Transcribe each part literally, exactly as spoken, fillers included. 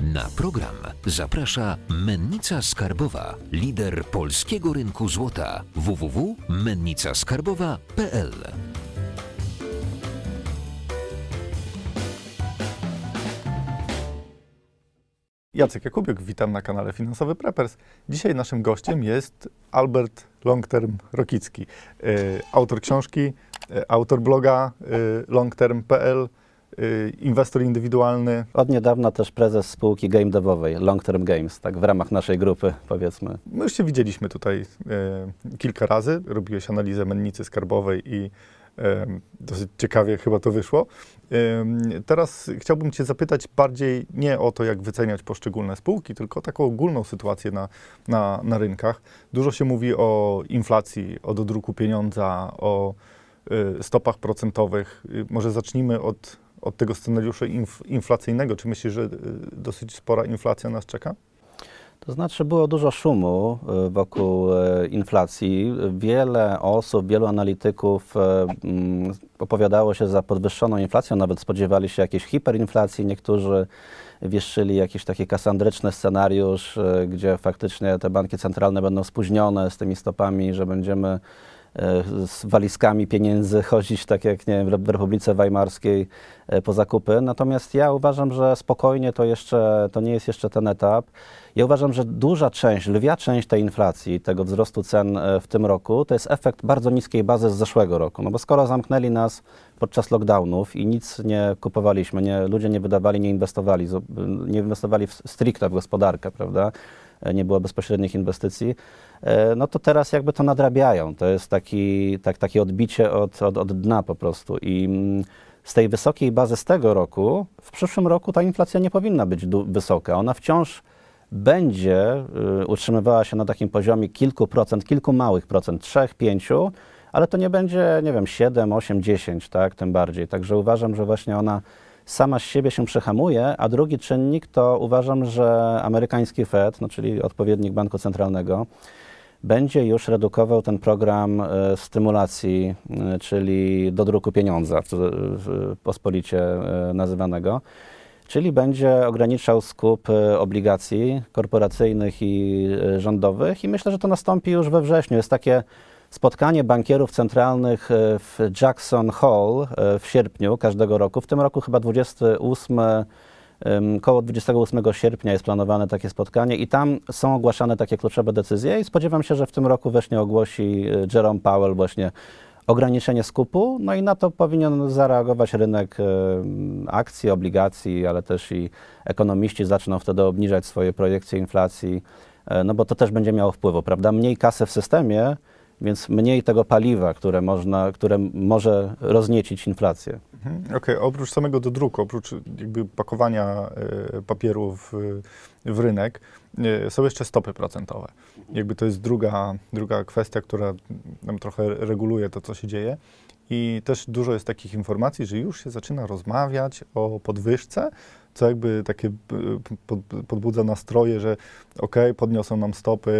Na program zaprasza Mennica Skarbowa, lider polskiego rynku złota. w w w kropka mennica skarbowa kropka p l. Jacek Jakubiuk, witam na kanale Finansowy Preppers. Dzisiaj naszym gościem jest Albert Longterm Rokicki, y, autor książki, y, autor bloga y, longterm kropka p l, y, inwestor indywidualny. Od niedawna też prezes spółki game devowej, Longterm Games, tak w ramach naszej grupy, powiedzmy. My już się widzieliśmy tutaj y, kilka razy, robiłeś analizę mennicy skarbowej i dosyć ciekawie chyba to wyszło. Teraz chciałbym Cię zapytać bardziej nie o to, jak wyceniać poszczególne spółki, tylko o taką ogólną sytuację na, na, na rynkach. Dużo się mówi o inflacji, o dodruku pieniądza, o stopach procentowych. Może zacznijmy od, od tego scenariusza inf, inflacyjnego. Czy myślisz, że dosyć spora inflacja nas czeka? To znaczy było dużo szumu wokół inflacji. Wiele osób, wielu analityków opowiadało się za podwyższoną inflacją, nawet spodziewali się jakiejś hiperinflacji. Niektórzy wieszczyli jakiś taki kasandryczny scenariusz, gdzie faktycznie te banki centralne będą spóźnione z tymi stopami, że będziemy z walizkami pieniędzy chodzić, tak jak nie wiem, w Republice Weimarskiej po zakupy. Natomiast ja uważam, że spokojnie to jeszcze, to nie jest jeszcze ten etap. Ja uważam, że duża część, lwia część tej inflacji, tego wzrostu cen w tym roku, to jest efekt bardzo niskiej bazy z zeszłego roku. No bo skoro zamknęli nas podczas lockdownów i nic nie kupowaliśmy, nie, ludzie nie wydawali, nie inwestowali, nie inwestowali w, stricte w gospodarkę, prawda? Nie było bezpośrednich inwestycji, no to teraz jakby to nadrabiają. To jest taki, tak, takie odbicie od, od, od dna po prostu. I z tej wysokiej bazy z tego roku, w przyszłym roku ta inflacja nie powinna być wysoka. Ona wciąż będzie y, utrzymywała się na takim poziomie kilku procent, kilku małych procent, trzech, pięciu, ale to nie będzie, nie wiem, siedem, osiem, dziesięć, tak, tym bardziej. Także uważam, że właśnie ona sama z siebie się przyhamuje, a drugi czynnik to uważam, że amerykański Fed, no czyli odpowiednik banku centralnego, będzie już redukował ten program y, stymulacji, y, czyli dodruku pieniądza, w, w, pospolicie y, nazywanego. Czyli będzie ograniczał skup obligacji korporacyjnych i rządowych i myślę, że to nastąpi już we wrześniu. Jest takie spotkanie bankierów centralnych w Jackson Hole w sierpniu każdego roku. W tym roku chyba dwudziestego ósmego, koło dwudziestego ósmego sierpnia jest planowane takie spotkanie i tam są ogłaszane takie kluczowe decyzje i spodziewam się, że w tym roku właśnie ogłosi Jerome Powell właśnie ograniczenie skupu, no i na to powinien zareagować rynek akcji, obligacji, ale też i ekonomiści zaczną wtedy obniżać swoje projekcje inflacji, no bo to też będzie miało wpływu, prawda? Mniej kasy w systemie, więc mniej tego paliwa, które, można, które może rozniecić inflację. Mhm. Okej, okay. Oprócz samego dodruku, oprócz jakby pakowania y, papierów y, w rynek, y, są jeszcze stopy procentowe. Jakby to jest druga, druga kwestia, która nam trochę reguluje to, co się dzieje. I też dużo jest takich informacji, że już się zaczyna rozmawiać o podwyżce, co jakby takie pod, podbudza nastroje, że okej, okay, podniosą nam stopy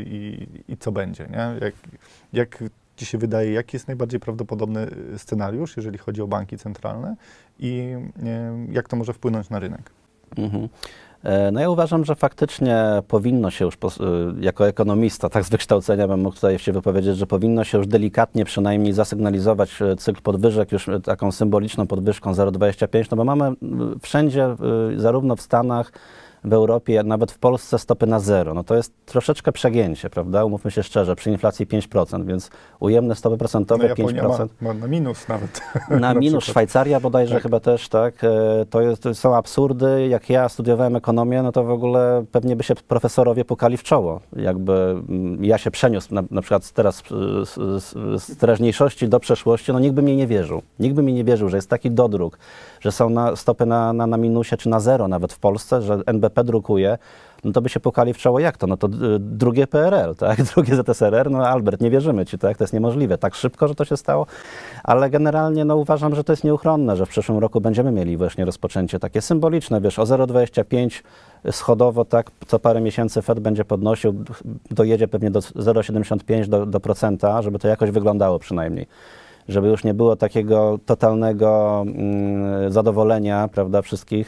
i, i co będzie, nie? Jak, jak Ci się wydaje, jaki jest najbardziej prawdopodobny scenariusz, jeżeli chodzi o banki centralne i jak to może wpłynąć na rynek? Mhm. No ja uważam, że faktycznie powinno się już, jako ekonomista, tak z wykształcenia bym mógł tutaj się wypowiedzieć, że powinno się już delikatnie przynajmniej zasygnalizować cykl podwyżek już taką symboliczną podwyżką zero przecinek dwadzieścia pięć, no bo mamy wszędzie, zarówno w Stanach, w Europie, nawet w Polsce stopy na zero. No to jest troszeczkę przegięcie, prawda? Umówmy się szczerze, przy inflacji pięć procent, więc ujemne stopy procentowe no pięć procent. Ma, ma na minus nawet. Na, na minus, Szwajcaria bodajże tak. Chyba też, tak? To, jest, to są absurdy. Jak ja studiowałem ekonomię, no to w ogóle pewnie by się profesorowie pukali w czoło. Jakby ja się przeniósł na, na przykład teraz z, z, z teraźniejszości do przeszłości, no nikt by mi nie wierzył. Nikt by mi nie wierzył, że jest taki dodruk, że są na, stopy na, na, na minusie czy na zero nawet w Polsce, że N B P drukuje, no to by się pukali w czoło, jak to? No to drugie P R L, tak? Drugie Z S R R, no Albert, nie wierzymy Ci, tak? To jest niemożliwe. Tak szybko, że to się stało, ale generalnie no uważam, że to jest nieuchronne, że w przyszłym roku będziemy mieli właśnie rozpoczęcie takie symboliczne, wiesz, o zero przecinek dwadzieścia pięć schodowo, tak? Co parę miesięcy Fed będzie podnosił, dojedzie pewnie do zero przecinek siedemdziesiąt pięć do, do procenta, żeby to jakoś wyglądało przynajmniej. Żeby już nie było takiego totalnego mm, zadowolenia, prawda, wszystkich,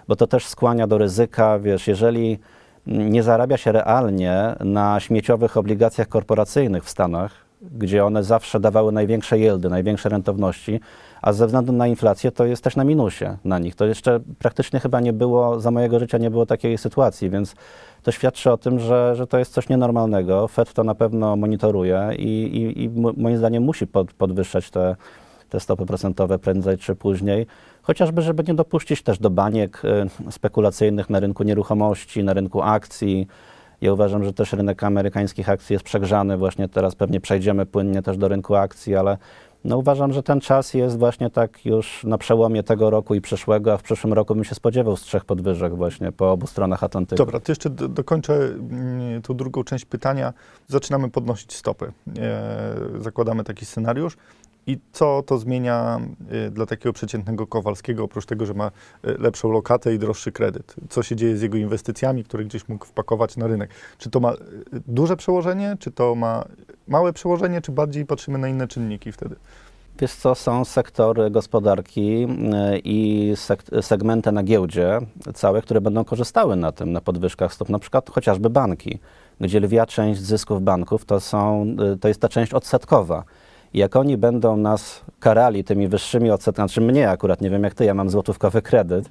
bo to też skłania do ryzyka, wiesz, jeżeli nie zarabia się realnie na śmieciowych obligacjach korporacyjnych w Stanach, gdzie one zawsze dawały największe yieldy, największe rentowności, a ze względu na inflację to jest też na minusie na nich. To jeszcze praktycznie chyba nie było, za mojego życia nie było takiej sytuacji, więc to świadczy o tym, że, że to jest coś nienormalnego. Fed to na pewno monitoruje i, i, i moim zdaniem musi pod, podwyższać te, te stopy procentowe prędzej czy później, chociażby żeby nie dopuścić też do baniek y, spekulacyjnych na rynku nieruchomości, na rynku akcji. Ja uważam, że też rynek amerykańskich akcji jest przegrzany. Właśnie teraz pewnie przejdziemy płynnie też do rynku akcji, ale no uważam, że ten czas jest właśnie tak już na przełomie tego roku i przyszłego, a w przyszłym roku bym się spodziewał z trzech podwyżek właśnie po obu stronach Atlantyku. Dobra, to jeszcze do, dokończę mm, tą drugą część pytania. Zaczynamy podnosić stopy. E, zakładamy taki scenariusz. I co to zmienia y, dla takiego przeciętnego Kowalskiego, oprócz tego, że ma y, lepszą lokatę i droższy kredyt? Co się dzieje z jego inwestycjami, które gdzieś mógł wpakować na rynek? Czy to ma y, duże przełożenie, czy to ma małe przełożenie, czy bardziej patrzymy na inne czynniki wtedy? Wiesz co, są sektory gospodarki y, i sek- segmenty na giełdzie całe, które będą korzystały na tym, na podwyżkach stóp, na przykład chociażby banki, gdzie lwia część zysków banków to, są, y, to jest ta część odsetkowa. I jak oni będą nas karali tymi wyższymi odsetkami, znaczy mnie akurat, nie wiem jak ty, ja mam złotówkowy kredyt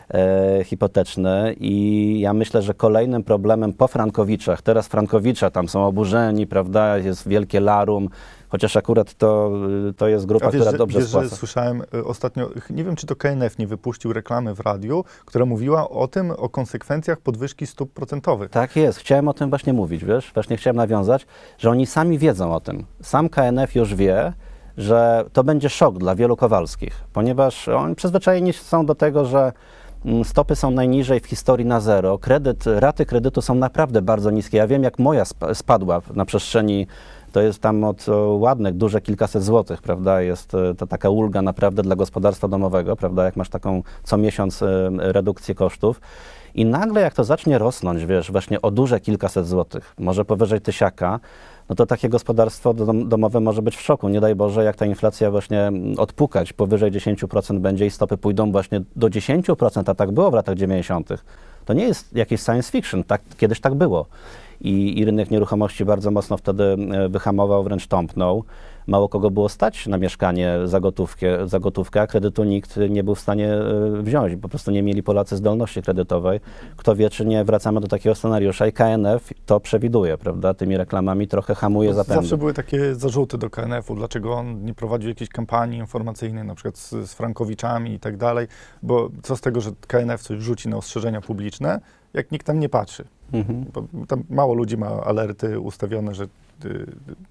e, hipoteczny i ja myślę, że kolejnym problemem po Frankowiczach, teraz Frankowicze tam są oburzeni, prawda, jest wielkie larum, chociaż akurat to, to jest grupa, A wiesz, która że, dobrze wiesz, spłaca. że słyszałem y, ostatnio, nie wiem czy to K N F nie wypuścił reklamy w radiu, która mówiła o tym, o konsekwencjach podwyżki stóp procentowych. Tak jest, chciałem o tym właśnie mówić, wiesz, właśnie chciałem nawiązać, że oni sami wiedzą o tym. Sam K N F już wie, że to będzie szok dla wielu Kowalskich, ponieważ oni przyzwyczajeni są do tego, że stopy są najniżej w historii na zero, kredyt, raty kredytu są naprawdę bardzo niskie. Ja wiem, jak moja sp- spadła na przestrzeni, to jest tam od o, ładnych, duże kilkaset złotych, prawda, jest e, to taka ulga naprawdę dla gospodarstwa domowego, prawda, jak masz taką co miesiąc e, redukcję kosztów. I nagle jak to zacznie rosnąć, wiesz, właśnie o duże kilkaset złotych, może powyżej tysiaka, no to takie gospodarstwo dom, domowe może być w szoku. Nie daj Boże, jak ta inflacja właśnie odpukać, powyżej dziesięć procent będzie i stopy pójdą właśnie do dziesięć procent, a tak było w latach dziewięćdziesiątych. To nie jest jakieś science fiction, tak, kiedyś tak było. I, I rynek nieruchomości bardzo mocno wtedy wyhamował, wręcz tąpnął. Mało kogo było stać na mieszkanie za gotówkę, za gotówkę, a kredytu nikt nie był w stanie wziąć. Po prostu nie mieli Polacy zdolności kredytowej. Kto wie, czy nie wracamy do takiego scenariusza i K N F to przewiduje, prawda? Tymi reklamami trochę hamuje zapędy. Zawsze były takie zarzuty do K N F u, dlaczego on nie prowadził jakiejś kampanii informacyjnej, na przykład z, z Frankowiczami i tak dalej, bo co z tego, że K N F coś rzuci na ostrzeżenia publiczne, jak nikt tam nie patrzy. Mhm. Bo tam mało ludzi ma alerty ustawione, że y,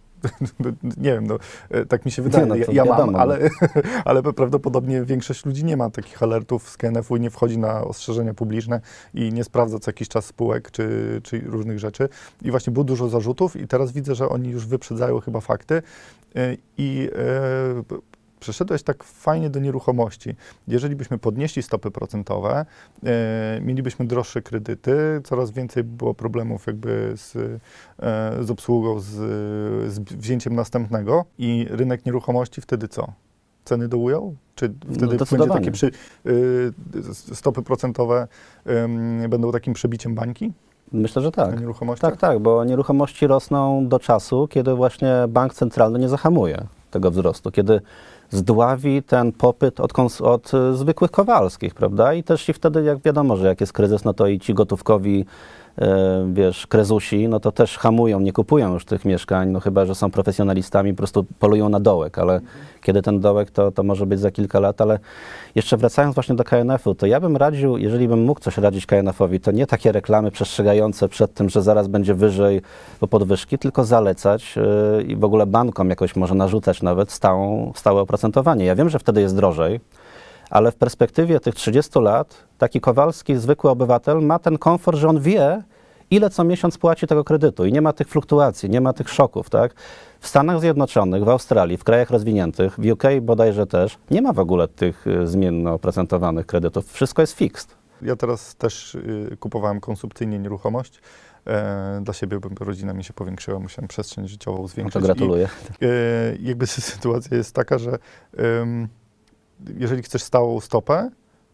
nie wiem, no, tak mi się wydaje, Nie, no, ja, to ja wiadomo, mam, ale, ale prawdopodobnie większość ludzi nie ma takich alertów z K N F u i nie wchodzi na ostrzeżenia publiczne i nie sprawdza co jakiś czas spółek czy, czy różnych rzeczy. I właśnie było dużo zarzutów i teraz widzę, że oni już wyprzedzają chyba fakty i e, przeszedłeś tak fajnie do nieruchomości. Jeżeli byśmy podnieśli stopy procentowe, e, mielibyśmy droższe kredyty, coraz więcej było problemów jakby z, e, z obsługą, z, z wzięciem następnego i rynek nieruchomości wtedy co? Ceny dołują? Czy wtedy No będzie takie przy, y, stopy procentowe y, będą takim przebiciem bańki? Myślę, że Na tak. nieruchomościach? Tak, tak, bo nieruchomości rosną do czasu, kiedy właśnie bank centralny nie zahamuje tego wzrostu, kiedy zdławi ten popyt od, kons- od y, zwykłych Kowalskich, prawda? I też i wtedy, jak wiadomo, że jak jest kryzys, no to i ci gotówkowi, y, wiesz, krezusi, no to też hamują, nie kupują już tych mieszkań, no chyba, że są profesjonalistami, po prostu polują na dołek, ale mhm. kiedy ten dołek, to, to może być za kilka lat, ale jeszcze wracając właśnie do K N F u, to ja bym radził, jeżeli bym mógł coś radzić K N F owi, to nie takie reklamy przestrzegające przed tym, że zaraz będzie wyżej po podwyżki, tylko zalecać yy, i w ogóle bankom jakoś może narzucać nawet stałą, stałe oprocentowanie. Ja wiem, że wtedy jest drożej, ale w perspektywie tych trzydziestu lat taki Kowalski, zwykły obywatel ma ten komfort, że on wie, ile co miesiąc płaci tego kredytu i nie ma tych fluktuacji, nie ma tych szoków, tak? W Stanach Zjednoczonych, w Australii, w krajach rozwiniętych, w U K bodajże też, nie ma w ogóle tych y, zmienno oprocentowanych kredytów. Wszystko jest fixed. Ja teraz też y, kupowałem konsumpcyjnie nieruchomość. E, dla siebie, bo rodzina mi się powiększyła, musiałem przestrzeń życiową zwiększyć. No to gratuluję. I, e, jakby sytuacja jest taka, że um, jeżeli chcesz stałą stopę,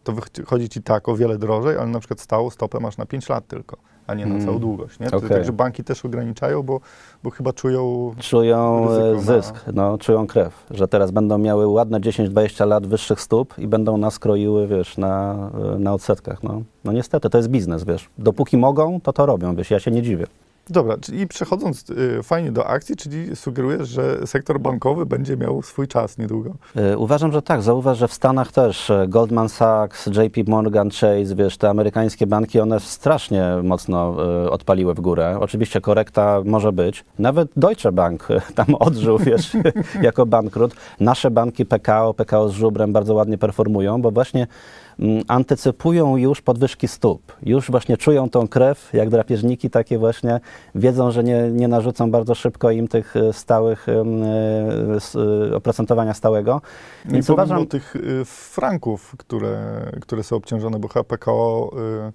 to wychodzi ci tak o wiele drożej, ale na przykład stałą stopę masz na pięć lat tylko, a nie na Mm. całą długość, nie? To, Okej. Także banki też ograniczają, bo, bo chyba czują... Czują e, ryzyko na- zysk, no, czują krew, że teraz będą miały ładne dziesięć dwadzieścia lat wyższych stóp i będą nas kroiły, wiesz, na, e, na odsetkach, no. No niestety, to jest biznes, wiesz. Dopóki mogą, to to robią, wiesz, ja się nie dziwię. Dobra, czyli przechodząc y, fajnie do akcji, czyli sugerujesz, że sektor bankowy będzie miał swój czas niedługo. E, Uważam, że tak. Zauważ, że w Stanach też e, Goldman Sachs, J P Morgan Chase, wiesz, te amerykańskie banki, one strasznie mocno e, odpaliły w górę. Oczywiście korekta może być. Nawet Deutsche Bank e, tam odżył, wiesz, jako bankrut. Nasze banki P K O, P K O z żubrem bardzo ładnie performują, bo właśnie mm, antycypują już podwyżki stóp. Już właśnie czują tą krew, jak drapieżniki takie właśnie, wiedzą, że nie, nie narzucą bardzo szybko im tych e, stałych em, e, s- e, oprocentowania stałego. Nie Więc pomimo uważam, tych y, franków, które, które są obciążone, bo chyba P K O,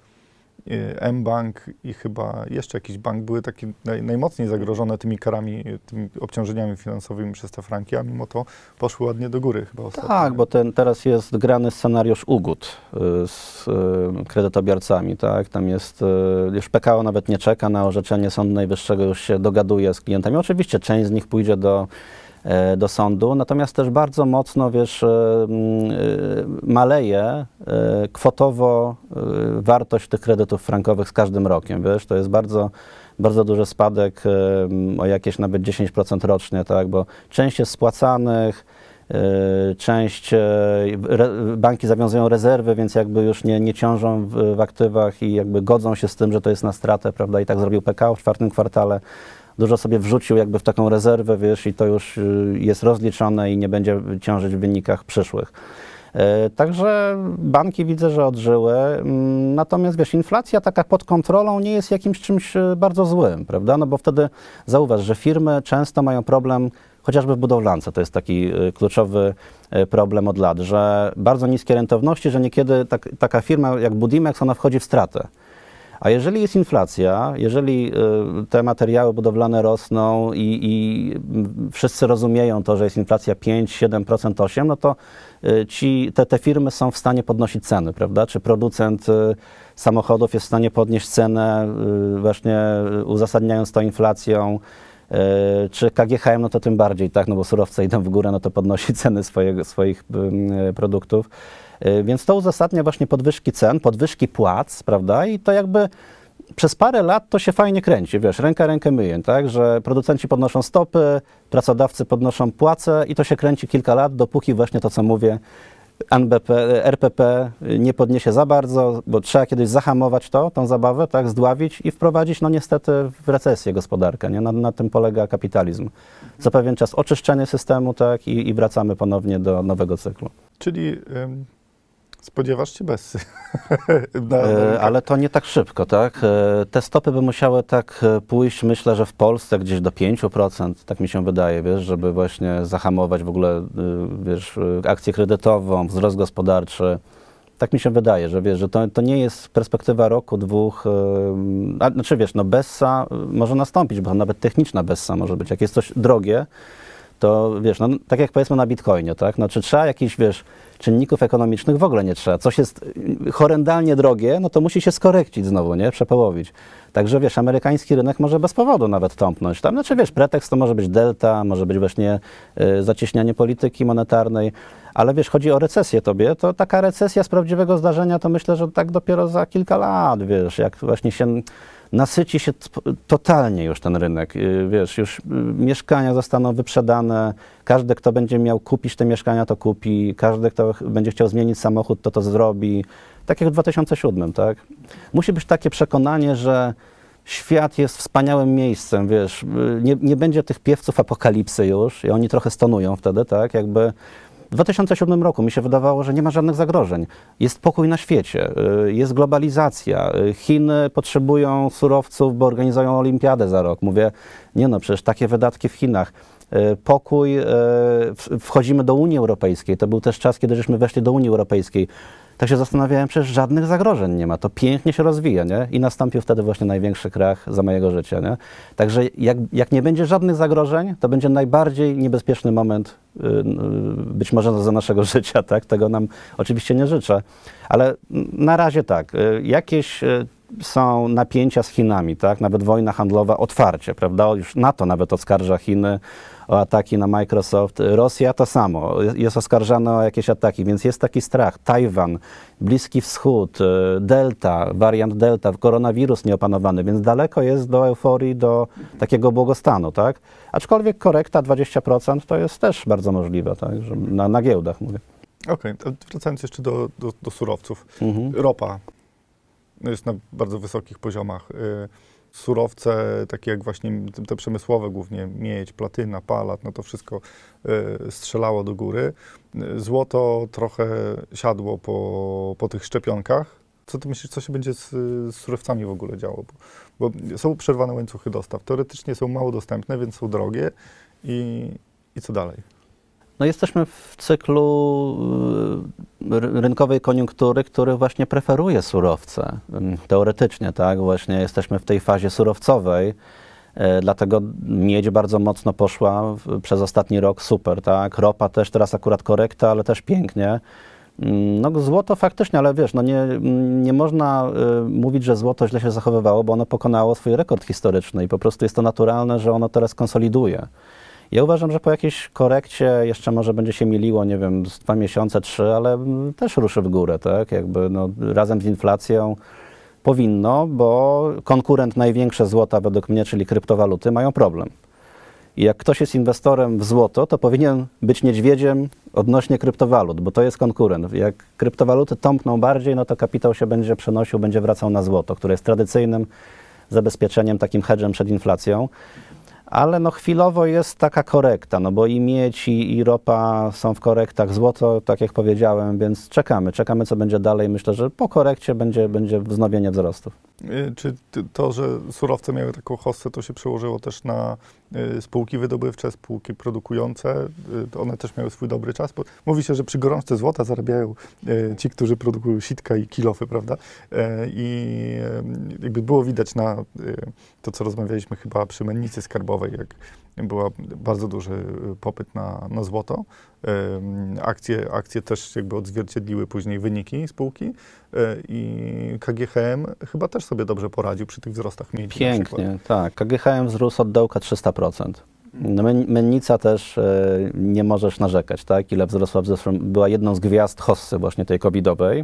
y, y, mBank i chyba jeszcze jakiś bank były takie naj, najmocniej zagrożone tymi karami, y, tymi obciążeniami finansowymi przez te franki, a mimo to poszły ładnie do góry chyba ostatnio. tak, bo ten, teraz jest grany scenariusz ugód y, z y, kredytobiorcami, tak? Tam jest, y, już P K O nawet nie czeka na orzeczenie Sądu Najwyższego, już się dogaduje z klientami. Oczywiście część z nich pójdzie do, e, do sądu, natomiast też bardzo mocno, wiesz, y, y, maleje y, kwotowo y, wartość tych kredytów frankowych z każdym rokiem, wiesz, to jest bardzo bardzo duży spadek, y, o jakieś nawet dziesięć procent rocznie, tak, bo część jest spłacanych, y, część, y, re, banki zawiązują rezerwy, więc jakby już nie, nie ciążą w, w aktywach i jakby godzą się z tym, że to jest na stratę, prawda, i tak zrobił P K O w czwartym kwartale. Dużo sobie wrzucił jakby w taką rezerwę, wiesz, i to już y, jest rozliczone i nie będzie ciążyć w wynikach przyszłych. E, Także banki widzę, że odżyły, mm, natomiast wiesz, inflacja taka pod kontrolą nie jest jakimś czymś e, bardzo złym, prawda? No bo wtedy zauważ, że firmy często mają problem, chociażby w budowlance, to jest taki e, kluczowy e, problem od lat, że bardzo niskie rentowności, że niekiedy tak, taka firma jak Budimex, ona wchodzi w stratę. A jeżeli jest inflacja, jeżeli y, te materiały budowlane rosną i, i mm, wszyscy rozumieją to, że jest inflacja pięć, siedem procent, osiem procent, no to y, ci, te, te firmy są w stanie podnosić ceny, prawda? Czy producent y, samochodów jest w stanie podnieść cenę, y, właśnie y, uzasadniając to inflacją, y, czy K G H M, no to tym bardziej, tak? No bo surowce idą w górę, no to podnosi ceny swojego, swoich y, produktów. Y, Więc to uzasadnia właśnie podwyżki cen, podwyżki płac, prawda? I to jakby przez parę lat to się fajnie kręci, wiesz, ręka rękę myje, tak? Że producenci podnoszą stopy, pracodawcy podnoszą płace i to się kręci kilka lat, dopóki właśnie to, co mówię, N B P, R P P nie podniesie za bardzo, bo trzeba kiedyś zahamować to, tą zabawę, tak, zdławić i wprowadzić, no niestety, w recesję gospodarkę, nie? Na, na tym polega kapitalizm. Co pewien czas oczyszczenie systemu, tak, i, i wracamy ponownie do nowego cyklu. Czyli ym, spodziewasz się bessy. na, na E, rynkach. ale to nie tak szybko, tak? E, te stopy by musiały tak e, pójść, myślę, że w Polsce gdzieś do pięć procent, tak mi się wydaje, wiesz, żeby właśnie zahamować w ogóle, y, wiesz, y, akcję kredytową, wzrost gospodarczy. Tak mi się wydaje, że wiesz, że to, to nie jest perspektywa roku, dwóch, y, a, znaczy wiesz, no bessa y, może nastąpić, bo nawet techniczna bessa może być. Jak jest coś drogie, to wiesz, no tak jak powiedzmy na Bitcoinie, tak? No czy trzeba jakichś, wiesz, czynników ekonomicznych? W ogóle nie trzeba. Coś jest y, horrendalnie drogie, no to musi się skorekcić znowu, nie? Przepołowić. Także wiesz, amerykański rynek może bez powodu nawet tąpnąć. Tam, znaczy wiesz, pretekst to może być delta, może być właśnie y, zacieśnianie polityki monetarnej, ale wiesz, chodzi o recesję tobie, to taka recesja z prawdziwego zdarzenia, to myślę, że tak dopiero za kilka lat, wiesz, jak właśnie się nasyci się t- totalnie już ten rynek, y, wiesz, już y, mieszkania zostaną wyprzedane, każdy, kto będzie miał kupić te mieszkania, to kupi, każdy, kto ch- będzie chciał zmienić samochód, to to zrobi, tak jak w dwa tysiące siódmym, tak? Musi być takie przekonanie, że świat jest wspaniałym miejscem, wiesz, y, nie, nie będzie tych piewców apokalipsy już i oni trochę stonują wtedy, tak, jakby w dwa tysiące siódmym roku mi się wydawało, że nie ma żadnych zagrożeń. Jest pokój na świecie, y, jest globalizacja. y, Chiny potrzebują surowców, bo organizują olimpiadę za rok. Mówię, nie no, przecież takie wydatki w Chinach. Y, Pokój, y, w- wchodzimy do Unii Europejskiej. To był też czas, kiedy żeśmy weszli do Unii Europejskiej. tak się zastanawiałem, przecież żadnych zagrożeń nie ma, to pięknie się rozwija, nie? I nastąpił wtedy właśnie największy krach za mojego życia, nie? Także jak, jak nie będzie żadnych zagrożeń, to będzie najbardziej niebezpieczny moment y, y, być może za naszego życia, tak? Tego nam oczywiście nie życzę, ale na razie tak, y, jakieś y, są napięcia z Chinami, tak? Nawet wojna handlowa otwarcie, prawda? Już NATO nawet oskarża Chiny o ataki na Microsoft. Rosja to samo, jest oskarżana o jakieś ataki, więc jest taki strach. Tajwan, Bliski Wschód, Delta, wariant Delta, koronawirus nieopanowany, więc daleko jest do euforii, do takiego błogostanu, tak? Aczkolwiek korekta dwadzieścia procent to jest też bardzo możliwe, tak? Że na, na giełdach mówię. Okej, okay. Wracając jeszcze do, do, do surowców. Mhm. Ropa jest na bardzo wysokich poziomach. Surowce, takie jak właśnie te przemysłowe, głównie miedź, platyna, palat, no to wszystko strzelało do góry. Złoto trochę siadło po, po tych szczepionkach. Co ty myślisz, co się będzie z, z surowcami w ogóle działo? Bo, bo są przerwane łańcuchy dostaw. Teoretycznie są mało dostępne, więc są drogie. I, i co dalej? No jesteśmy w cyklu rynkowej koniunktury, który właśnie preferuje surowce. Teoretycznie, tak? Właśnie jesteśmy w tej fazie surowcowej, dlatego miedź bardzo mocno poszła w, przez ostatni rok, super, tak? Ropa też, teraz akurat korekta, ale też pięknie. No złoto faktycznie, ale wiesz, no nie, nie można y, mówić, że złoto źle się zachowywało, bo ono pokonało swój rekord historyczny i po prostu jest to naturalne, że ono teraz konsoliduje. Ja uważam, że po jakiejś korekcie jeszcze może będzie się miliło, nie wiem, z dwa miesiące, trzy, ale też ruszy w górę, tak? Jakby no, razem z inflacją powinno, bo konkurent największy złota według mnie, czyli kryptowaluty, mają problem. I jak ktoś jest inwestorem w złoto, to powinien być niedźwiedziem odnośnie kryptowalut, bo to jest konkurent. Jak kryptowaluty tąpną bardziej, no to kapitał się będzie przenosił, będzie wracał na złoto, które jest tradycyjnym zabezpieczeniem, takim hedżem przed inflacją. Ale no chwilowo jest taka korekta, no bo i miedź, i, i ropa są w korektach, złoto, tak jak powiedziałem, więc czekamy, czekamy co będzie dalej. Myślę, że po korekcie będzie, będzie wznowienie wzrostów. Czy to, że surowce miały taką hossę, to się przełożyło też na spółki wydobywcze, spółki produkujące? One też miały swój dobry czas? Bo mówi się, że przy gorączce złota zarabiają ci, którzy produkują sitka i kilofy, prawda? I jakby było widać na to, co rozmawialiśmy chyba przy mennicy skarbowej, jak był bardzo duży popyt na, na złoto. Akcje, akcje też jakby odzwierciedliły później wyniki spółki i K G H M chyba też sobie dobrze poradził przy tych wzrostach miedzi. Pięknie, tak. K G H M wzrósł od dołka trzysta procent. No, mennica też e, nie możesz narzekać, tak? Ile wzrosła w zeszłym, była jedną z gwiazd hossy właśnie tej covidowej.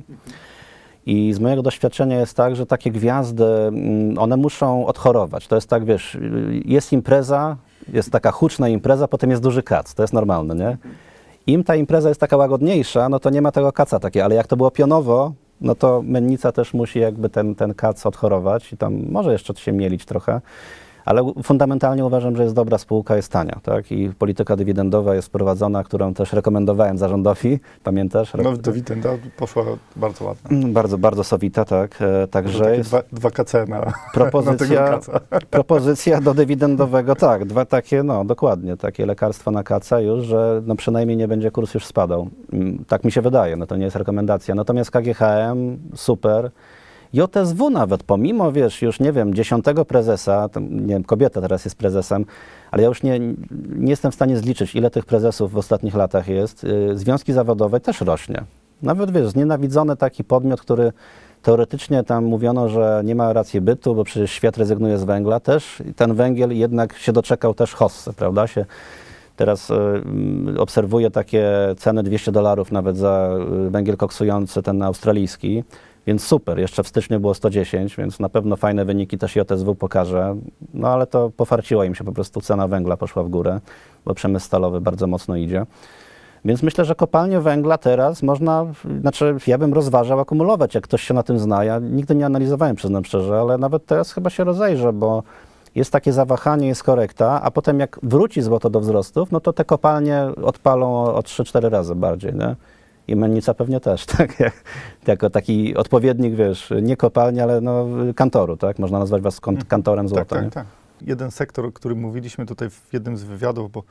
I z mojego doświadczenia jest tak, że takie gwiazdy, one muszą odchorować. To jest tak, wiesz, jest impreza, jest taka huczna impreza, potem jest duży kac, to jest normalne, nie? Im ta impreza jest taka łagodniejsza, no to nie ma tego kaca takiego, ale jak to było pionowo, no to mennica też musi jakby ten, ten kac odchorować i tam może jeszcze się mielić trochę. Ale fundamentalnie uważam, że jest dobra spółka, jest tania, tak? I polityka dywidendowa jest prowadzona, którą też rekomendowałem zarządowi, pamiętasz? No, dywidenda poszła bardzo ładna. Bardzo, bardzo sowita, tak. E, także jest dwa, dwa K C na, propozycja, na tego kaca. propozycja do dywidendowego, tak, dwa takie, no dokładnie, takie lekarstwo na kaca już, że no przynajmniej nie będzie kurs już spadał. Tak mi się wydaje, no to nie jest rekomendacja. Natomiast K G H M, super. J S W nawet, pomimo, wiesz, już nie wiem, dziesiątego prezesa, tam, nie wiem, kobieta teraz jest prezesem, ale ja już nie, nie jestem w stanie zliczyć, ile tych prezesów w ostatnich latach jest. Yy, związki zawodowe też rośnie. Nawet, wiesz, znienawidzony taki podmiot, który teoretycznie tam mówiono, że nie ma racji bytu, bo przecież świat rezygnuje z węgla, też ten węgiel jednak się doczekał też hossy, prawda, się teraz y, obserwuję takie ceny dwieście dolarów nawet za węgiel koksujący, ten australijski. Więc super, jeszcze w styczniu było sto dziesięć, więc na pewno fajne wyniki też J S W pokaże. No ale to pofarciło im się, po prostu cena węgla poszła w górę, bo przemysł stalowy bardzo mocno idzie. Więc myślę, że kopalnie węgla teraz można, znaczy ja bym rozważał akumulować, jak ktoś się na tym zna. Ja nigdy nie analizowałem, przyznam szczerze, ale nawet teraz chyba się rozejrzę, bo jest takie zawahanie, jest korekta, a potem jak wróci złoto do wzrostów, no to te kopalnie odpalą o trzy cztery razy bardziej, nie? I mennica pewnie też, tak? Jak, jako taki odpowiednik, wiesz, nie kopalni, ale no, kantoru, tak? Można nazwać was kantorem złota, tak, tak, nie? tak. Jeden sektor, o którym mówiliśmy tutaj w jednym z wywiadów, bo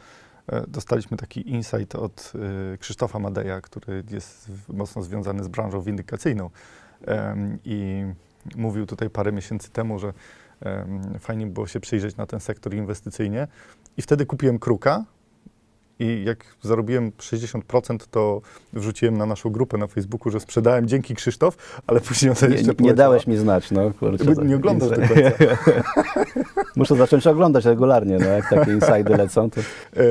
e, dostaliśmy taki insight od e, Krzysztofa Madeja, który jest w, mocno związany z branżą windykacyjną em, i mówił tutaj parę miesięcy temu, że em, fajnie było się przyjrzeć na ten sektor inwestycyjnie i wtedy kupiłem Kruka. I jak zarobiłem sześćdziesiąt procent, to wrzuciłem na naszą grupę na Facebooku, że sprzedałem dzięki Krzysztof, ale później on sobie Nie, jeszcze nie, nie dałeś mi znać, no. Kurczę, Nie, nie oglądasz do końca. Muszę zacząć oglądać regularnie, no, jak takie insajdy lecą. To...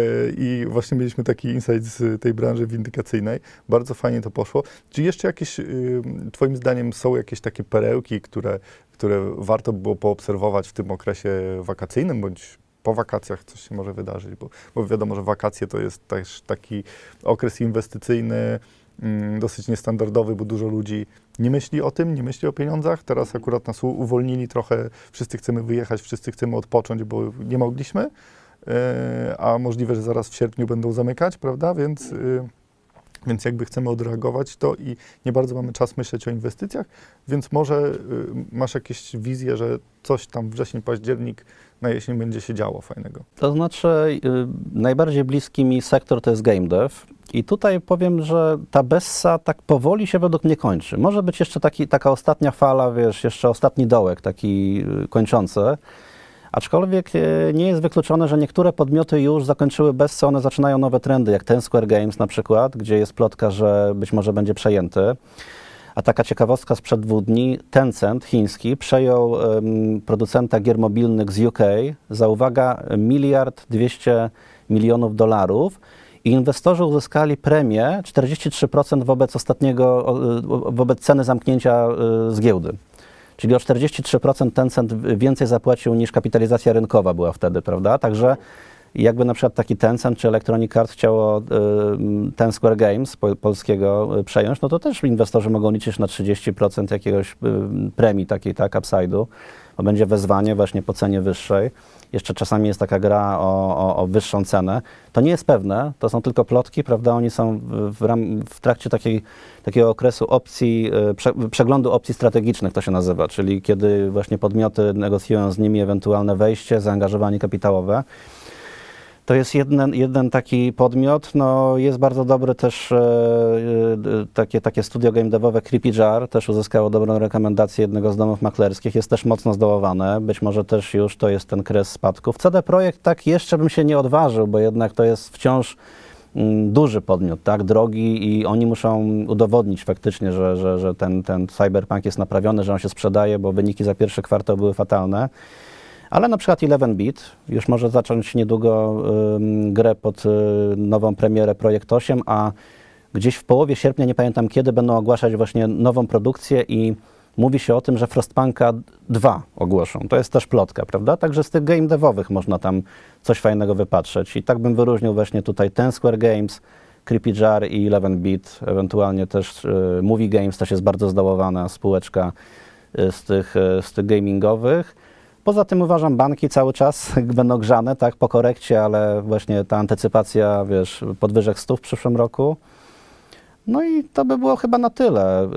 I właśnie mieliśmy taki insight z tej branży windykacyjnej. Bardzo fajnie to poszło. Czy jeszcze jakieś, twoim zdaniem, są jakieś takie perełki, które, które warto było poobserwować w tym okresie wakacyjnym, bądź po wakacjach coś się może wydarzyć, bo, bo wiadomo, że wakacje to jest też taki okres inwestycyjny, mm, dosyć niestandardowy, bo dużo ludzi nie myśli o tym, nie myśli o pieniądzach. Teraz akurat nas u- uwolnili trochę, wszyscy chcemy wyjechać, wszyscy chcemy odpocząć, bo nie mogliśmy, yy, a możliwe, że zaraz w sierpniu będą zamykać, prawda, więc... Yy, Więc jakby chcemy odreagować to i nie bardzo mamy czas myśleć o inwestycjach, więc może y, masz jakieś wizje, że coś tam wrzesień, październik na jesień będzie się działo fajnego. To znaczy y, najbardziej bliski mi sektor to jest game dev i tutaj powiem, że ta Bessa tak powoli się według mnie kończy. Może być jeszcze taki, taka ostatnia fala, wiesz, jeszcze ostatni dołek taki y, kończący. Aczkolwiek nie jest wykluczone, że niektóre podmioty już zakończyły Bessę, one zaczynają nowe trendy, jak Ten Square Games na przykład, gdzie jest plotka, że być może będzie przejęty. A taka ciekawostka sprzed dwóch dni, Tencent chiński przejął um, producenta gier mobilnych z U K za, uwaga, miliard dwieście milionów dolarów i inwestorzy uzyskali premię czterdzieści trzy procent wobec ostatniego, wobec ceny zamknięcia z giełdy. Czyli o czterdzieści trzy procent Tencent więcej zapłacił niż kapitalizacja rynkowa była wtedy, prawda? Także jakby na przykład taki Tencent czy Electronic Arts chciało y, Ten Square Games po, polskiego y, przejąć, no to też inwestorzy mogą liczyć na trzydzieści procent jakiegoś y, premii takiej, tak, upside'u, bo będzie wezwanie właśnie po cenie wyższej. Jeszcze czasami jest taka gra o, o, o wyższą cenę. To nie jest pewne, to są tylko plotki, prawda? Oni są w, w, ram, w trakcie takiej, takiego okresu opcji, prze, przeglądu opcji strategicznych to się nazywa, czyli kiedy właśnie podmioty negocjują z nimi ewentualne wejście, zaangażowanie kapitałowe. To jest jeden, jeden taki podmiot, no jest bardzo dobry też e, e, takie, takie studio game devowe Creepy Jar, też uzyskało dobrą rekomendację jednego z domów maklerskich, jest też mocno zdołowane, być może też już to jest ten kres spadków. C D Projekt tak jeszcze bym się nie odważył, bo jednak to jest wciąż m, duży podmiot, tak, drogi i oni muszą udowodnić faktycznie, że, że, że ten, ten Cyberpunk jest naprawiony, że on się sprzedaje, bo wyniki za pierwszy kwartał były fatalne. Ale na przykład Eleven Bit już może zacząć niedługo y, grę pod y, nową premierę Projekt osiem, a gdzieś w połowie sierpnia, nie pamiętam kiedy, będą ogłaszać właśnie nową produkcję i mówi się o tym, że Frostpunka dwa ogłoszą. To jest też plotka, prawda? Także z tych game devowych można tam coś fajnego wypatrzeć. I tak bym wyróżnił właśnie tutaj Ten Square Games, Creepy Jar i Eleven Bit, ewentualnie też y, Movie Games, też jest bardzo zdołowana spółeczka y, z tych, y, z tych gamingowych. Poza tym uważam, banki cały czas będą grzane, tak, po korekcie, ale właśnie ta antycypacja, wiesz, podwyżek stóp w przyszłym roku. No i to by było chyba na tyle.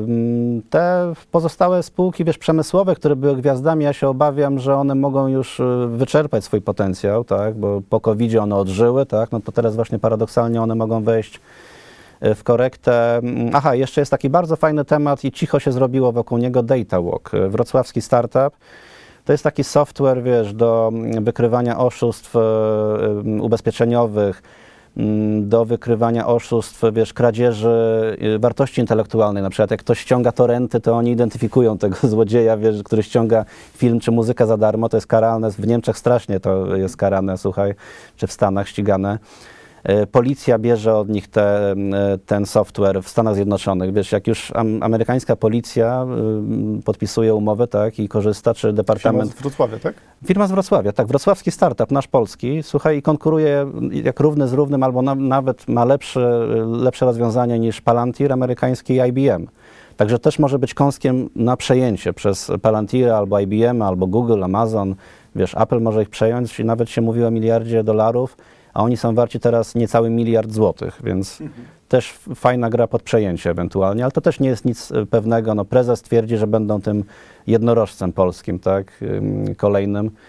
Te pozostałe spółki, wiesz, przemysłowe, które były gwiazdami, ja się obawiam, że one mogą już wyczerpać swój potencjał, tak, bo po kowidzie one odżyły, tak, no to teraz właśnie paradoksalnie one mogą wejść w korektę. Aha, jeszcze jest taki bardzo fajny temat i cicho się zrobiło wokół niego, DataWalk, wrocławski startup. To jest taki software, wiesz, do wykrywania oszustw y, ubezpieczeniowych, y, do wykrywania oszustw, wiesz, kradzieży y, wartości intelektualnej. Na przykład jak ktoś ściąga torrenty, to oni identyfikują tego złodzieja, wiesz, który ściąga film czy muzykę za darmo. To jest karalne. W Niemczech strasznie to jest karane, słuchaj, czy w Stanach ścigane. Policja bierze od nich te, ten software w Stanach Zjednoczonych. Wiesz, jak już amerykańska policja podpisuje umowę, tak, i korzysta, czy departament... Firma z Wrocławia, tak? Firma z Wrocławia, tak. Wrocławski startup, nasz polski, słuchaj, i konkuruje jak równy z równym, albo na, nawet ma lepsze, lepsze rozwiązania niż Palantir amerykański i I B M. Także też może być kąskiem na przejęcie przez Palantir, albo I B M, albo Google, Amazon. Wiesz, Apple może ich przejąć i nawet się mówi o miliardzie dolarów, a oni są warci teraz niecały miliard złotych, więc mhm. też fajna gra pod przejęcie ewentualnie, ale to też nie jest nic pewnego. No, prezes twierdzi, że będą tym jednorożcem polskim, tak, kolejnym.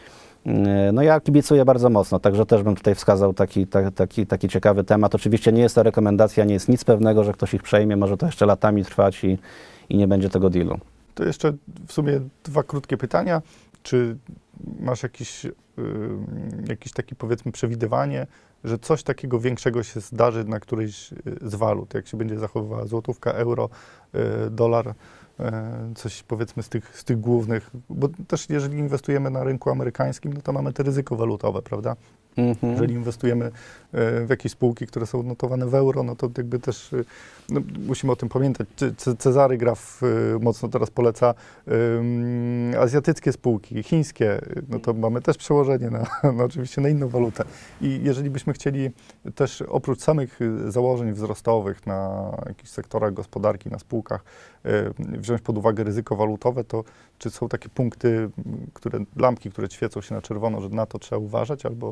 No ja kibicuję bardzo mocno, także też bym tutaj wskazał taki, ta, taki, taki ciekawy temat. Oczywiście nie jest to rekomendacja, nie jest nic pewnego, że ktoś ich przejmie, może to jeszcze latami trwać i, i nie będzie tego dealu. To jeszcze w sumie dwa krótkie pytania. Czy masz jakiś, yy, jakiś taki, powiedzmy, przewidywanie, że coś takiego większego się zdarzy na którejś z walut, jak się będzie zachowywała złotówka, euro, yy, dolar, yy, coś powiedzmy z tych, z tych głównych, bo też jeżeli inwestujemy na rynku amerykańskim, no to mamy te ryzyko walutowe, prawda? Mhm. Jeżeli inwestujemy w jakieś spółki, które są notowane w euro, no to jakby też no, musimy o tym pamiętać. Ce- Cezary Graf mocno teraz poleca um, azjatyckie spółki, chińskie, no to mamy też przełożenie na, na oczywiście na inną walutę. I jeżeli byśmy chcieli też oprócz samych założeń wzrostowych na jakichś sektorach gospodarki, na spółkach, wziąć pod uwagę ryzyko walutowe, to czy są takie punkty, które, lampki, które świecą się na czerwono, że na to trzeba uważać, albo...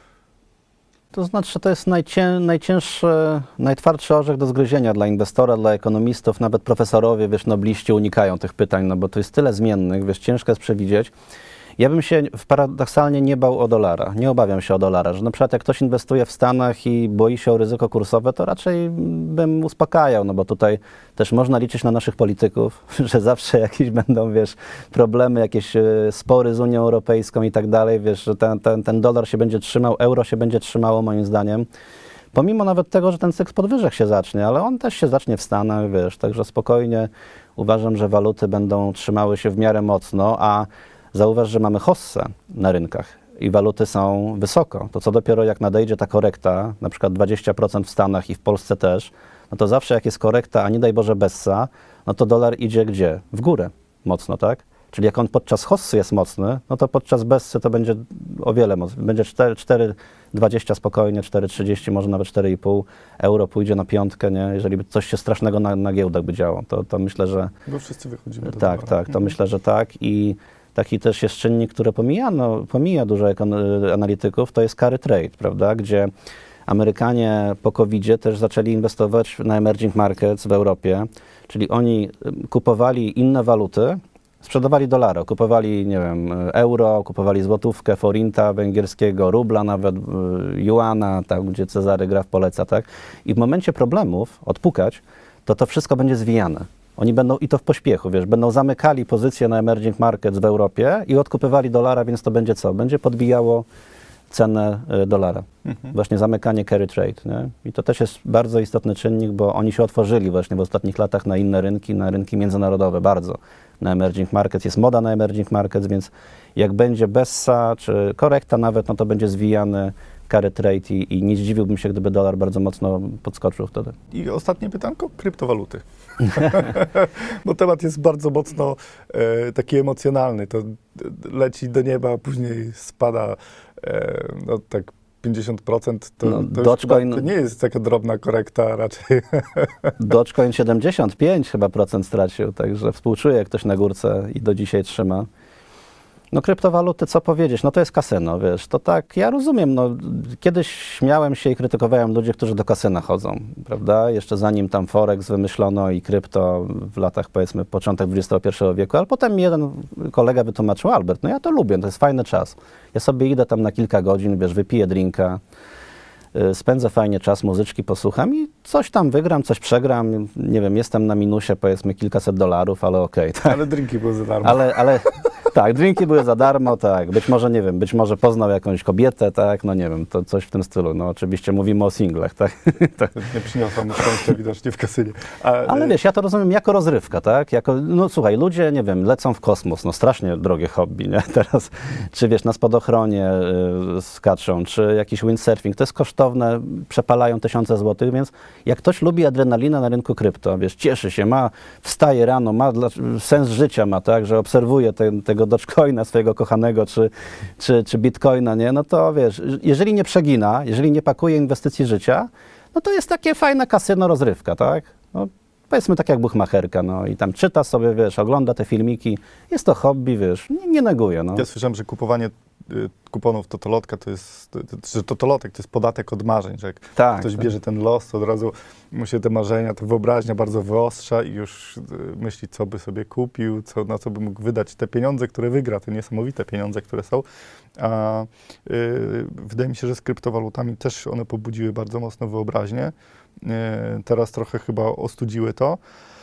To znaczy, to jest najcię, najcięższy, najtwardszy orzech do zgryzienia dla inwestora, dla ekonomistów, nawet profesorowie, wiesz, nobliści unikają tych pytań, no bo to jest tyle zmiennych, wiesz, ciężko jest przewidzieć. Ja bym się paradoksalnie nie bał o dolara, nie obawiam się o dolara, że na przykład jak ktoś inwestuje w Stanach i boi się o ryzyko kursowe, to raczej bym uspokajał, no bo tutaj też można liczyć na naszych polityków, że zawsze jakieś będą, wiesz, problemy, jakieś spory z Unią Europejską i tak dalej, wiesz, że ten, ten, ten dolar się będzie trzymał, euro się będzie trzymało moim zdaniem. Pomimo nawet tego, że ten cykl podwyżek się zacznie, ale on też się zacznie w Stanach, wiesz, także spokojnie uważam, że waluty będą trzymały się w miarę mocno, a zauważ, że mamy hossę na rynkach i waluty są wysoko. To co dopiero jak nadejdzie ta korekta, na przykład dwadzieścia procent w Stanach i w Polsce też, no to zawsze jak jest korekta, a nie daj Boże bessa, no to dolar idzie gdzie? W górę mocno, tak? Czyli jak on podczas hossy jest mocny, no to podczas bessy to będzie o wiele mocny. Będzie cztery dwadzieścia spokojnie, cztery trzydzieści, może nawet cztery i pół. Euro pójdzie na piątkę, nie? Jeżeli by coś się strasznego na, na giełdach by działo, to, to myślę, że... Bo wszyscy wychodzimy do Tak, dolara. tak, to Mhm. myślę, że tak i taki też jest czynnik, który pomija, no, pomija dużo ekon- analityków, to jest carry trade, prawda, gdzie Amerykanie po kowidzie też zaczęli inwestować na emerging markets w Europie, czyli oni kupowali inne waluty, sprzedawali dolary, kupowali, nie wiem, euro, kupowali złotówkę, forinta węgierskiego, rubla, nawet juana, tak, gdzie Cezary Graf poleca, tak, i w momencie problemów odpukać, to to wszystko będzie zwijane. Oni będą, i to w pośpiechu, wiesz, będą zamykali pozycje na emerging markets w Europie i odkupywali dolara, więc to będzie co? Będzie podbijało cenę y, dolara. Mhm. Właśnie zamykanie carry trade, nie? I to też jest bardzo istotny czynnik, bo oni się otworzyli właśnie w ostatnich latach na inne rynki, na rynki międzynarodowe bardzo. Na emerging markets jest moda na emerging markets, więc jak będzie bessa czy korekta nawet, no to będzie zwijany carry trade i, i nie zdziwiłbym się, gdyby dolar bardzo mocno podskoczył wtedy. I ostatnie pytanko, kryptowaluty. Bo temat jest bardzo mocno e, taki emocjonalny. To leci do nieba, a później spada e, no tak pięćdziesiąt procent. To, No, to, Dogecoin, chyba, to nie jest taka drobna korekta raczej. Dogecoin siedemdziesiąt pięć chyba procent stracił, także współczuję, jak ktoś na górce i do dzisiaj trzyma. No kryptowaluty, co powiedzieć, no to jest kasyno, wiesz, to tak, ja rozumiem, no kiedyś śmiałem się i krytykowałem ludzi, którzy do kasyna chodzą, prawda, jeszcze zanim tam Forex wymyślono i krypto w latach, powiedzmy, początek dwudziestego pierwszego wieku, ale potem mi jeden kolega wytłumaczył, Albert, no ja to lubię, to jest fajny czas, ja sobie idę tam na kilka godzin, wiesz, wypiję drinka, spędzę fajnie czas, muzyczki posłucham i coś tam wygram, coś przegram, nie wiem, jestem na minusie, powiedzmy, kilkaset dolarów, ale okej. Okay, tak. Ale drinki były za darmo. Ale, ale tak, drinki były za darmo, tak, być może, nie wiem, być może poznał jakąś kobietę, tak, no nie wiem, to coś w tym stylu, no oczywiście mówimy o singlach, tak. tak. Nie przyniosła mu szczęścia widocznie w kasynie. A, Ale wiesz, ja to rozumiem jako rozrywka, tak, jako, no słuchaj, ludzie, nie wiem, lecą w kosmos, no strasznie drogie hobby, nie, teraz, czy wiesz, na spadochronie y, skaczą, czy jakiś windsurfing, to jest kosztowne, przepalają tysiące złotych, więc jak ktoś lubi adrenalinę na rynku krypto, wiesz, cieszy się, ma, wstaje rano, ma dla, sens życia ma, tak, że obserwuje te, tego Dogecoina swojego kochanego, czy, czy, czy Bitcoina, nie, no to wiesz, jeżeli nie przegina, jeżeli nie pakuje inwestycji życia, no to jest takie fajne kasyno rozrywka, tak, no, powiedzmy tak jak buchmacherka, no i tam czyta sobie, wiesz, ogląda te filmiki, jest to hobby, wiesz, nie, nie neguje, no. Ja słyszałem, że kupowanie y, kuponów Totolotka to jest, to, to, że Totolotek to jest podatek od marzeń, że jak Tak, ktoś tak. bierze ten los, to od razu mu się te marzenia, ta wyobraźnia bardzo wyostrza i już y, myśli, co by sobie kupił, co, na co by mógł wydać te pieniądze, które wygra, te niesamowite pieniądze, które są. A y, wydaje mi się, że z kryptowalutami też one pobudziły bardzo mocno wyobraźnię. Y, teraz trochę chyba ostudziły to.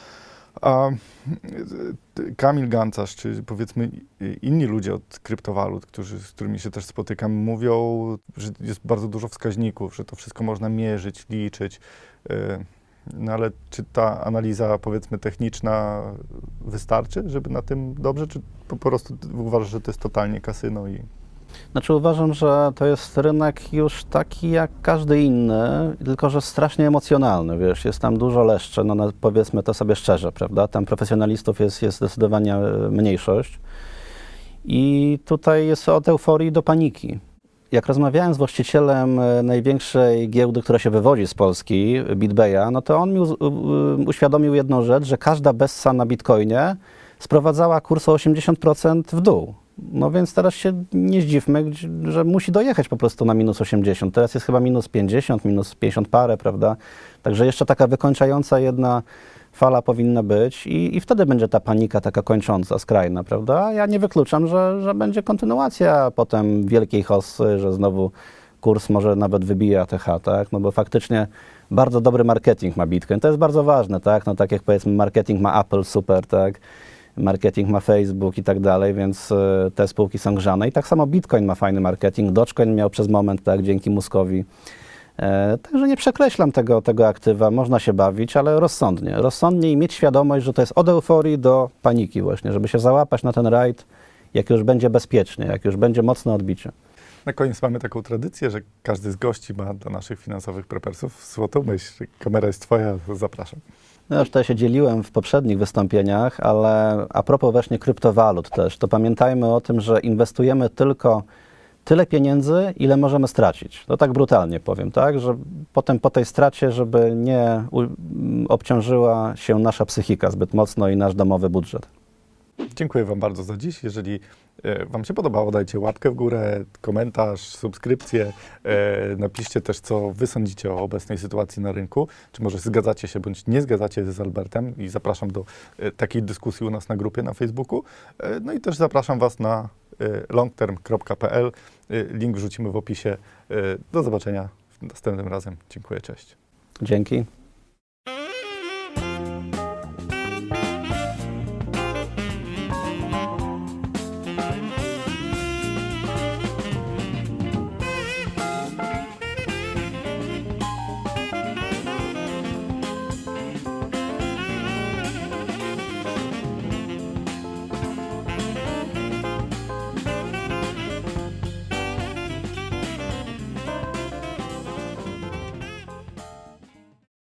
A y, Kamil Gancarz, czy powiedzmy inni ludzie od kryptowalut, którzy, z którymi się też spotykam, mówią, że jest bardzo dużo wskaźników, że to wszystko można mierzyć, liczyć. Y, No ale czy ta analiza, powiedzmy, techniczna wystarczy, żeby na tym dobrze, czy po prostu uważasz, że to jest totalnie kasyno i... Znaczy uważam, że to jest rynek już taki jak każdy inny, tylko że strasznie emocjonalny, wiesz, jest tam dużo leszczy, no, no powiedzmy to sobie szczerze, prawda, tam profesjonalistów jest, jest zdecydowanie mniejszość i tutaj jest od euforii do paniki. Jak rozmawiałem z właścicielem największej giełdy, która się wywodzi z Polski, BitBaya, no to on mi u, u, uświadomił jedną rzecz, że każda bessa na Bitcoinie sprowadzała kurs o osiemdziesiąt procent w dół. No więc teraz się nie zdziwmy, że musi dojechać po prostu na minus osiemdziesiąt. Teraz jest chyba minus pięćdziesiąt, minus pięćdziesiąt parę, prawda? Także jeszcze taka wykończająca jedna fala powinna być i, i wtedy będzie ta panika taka kończąca, skrajna, prawda? Ja nie wykluczam, że, że będzie kontynuacja potem wielkiej hossy, że znowu kurs może nawet wybije A T H, tak? No bo faktycznie bardzo dobry marketing ma Bitcoin. To jest bardzo ważne, tak? No tak jak powiedzmy marketing ma Apple, super, tak? Marketing ma Facebook i tak dalej, więc y, te spółki są grzane. I tak samo Bitcoin ma fajny marketing, Dogecoin miał przez moment, tak, dzięki Muskowi. E, także nie przekreślam tego, tego aktywa, można się bawić, ale rozsądnie. Rozsądnie i mieć świadomość, że to jest od euforii do paniki właśnie, żeby się załapać na ten rajd, jak już będzie bezpiecznie, jak już będzie mocne odbicie. Na koniec mamy taką tradycję, że każdy z gości ma dla naszych finansowych prepersów złotą myśl. Kamera jest twoja, zapraszam. No już tutaj się dzieliłem w poprzednich wystąpieniach, ale a propos właśnie kryptowalut też, to pamiętajmy o tym, że inwestujemy tylko tyle pieniędzy, ile możemy stracić. To tak brutalnie powiem, tak? Że potem po tej stracie, żeby nie u, obciążyła się nasza psychika zbyt mocno i nasz domowy budżet. Dziękuję wam bardzo za dziś. Jeżeli e, wam się podobało, dajcie łapkę w górę, komentarz, subskrypcję. E, napiszcie też, co wy sądzicie o obecnej sytuacji na rynku. Czy może zgadzacie się, bądź nie zgadzacie z Albertem i zapraszam do e, takiej dyskusji u nas na grupie na Facebooku. E, no i też zapraszam was na e, longterm kropka p l. E, link wrzucimy w opisie. E, do zobaczenia następnym razem. Dziękuję, cześć. Dzięki.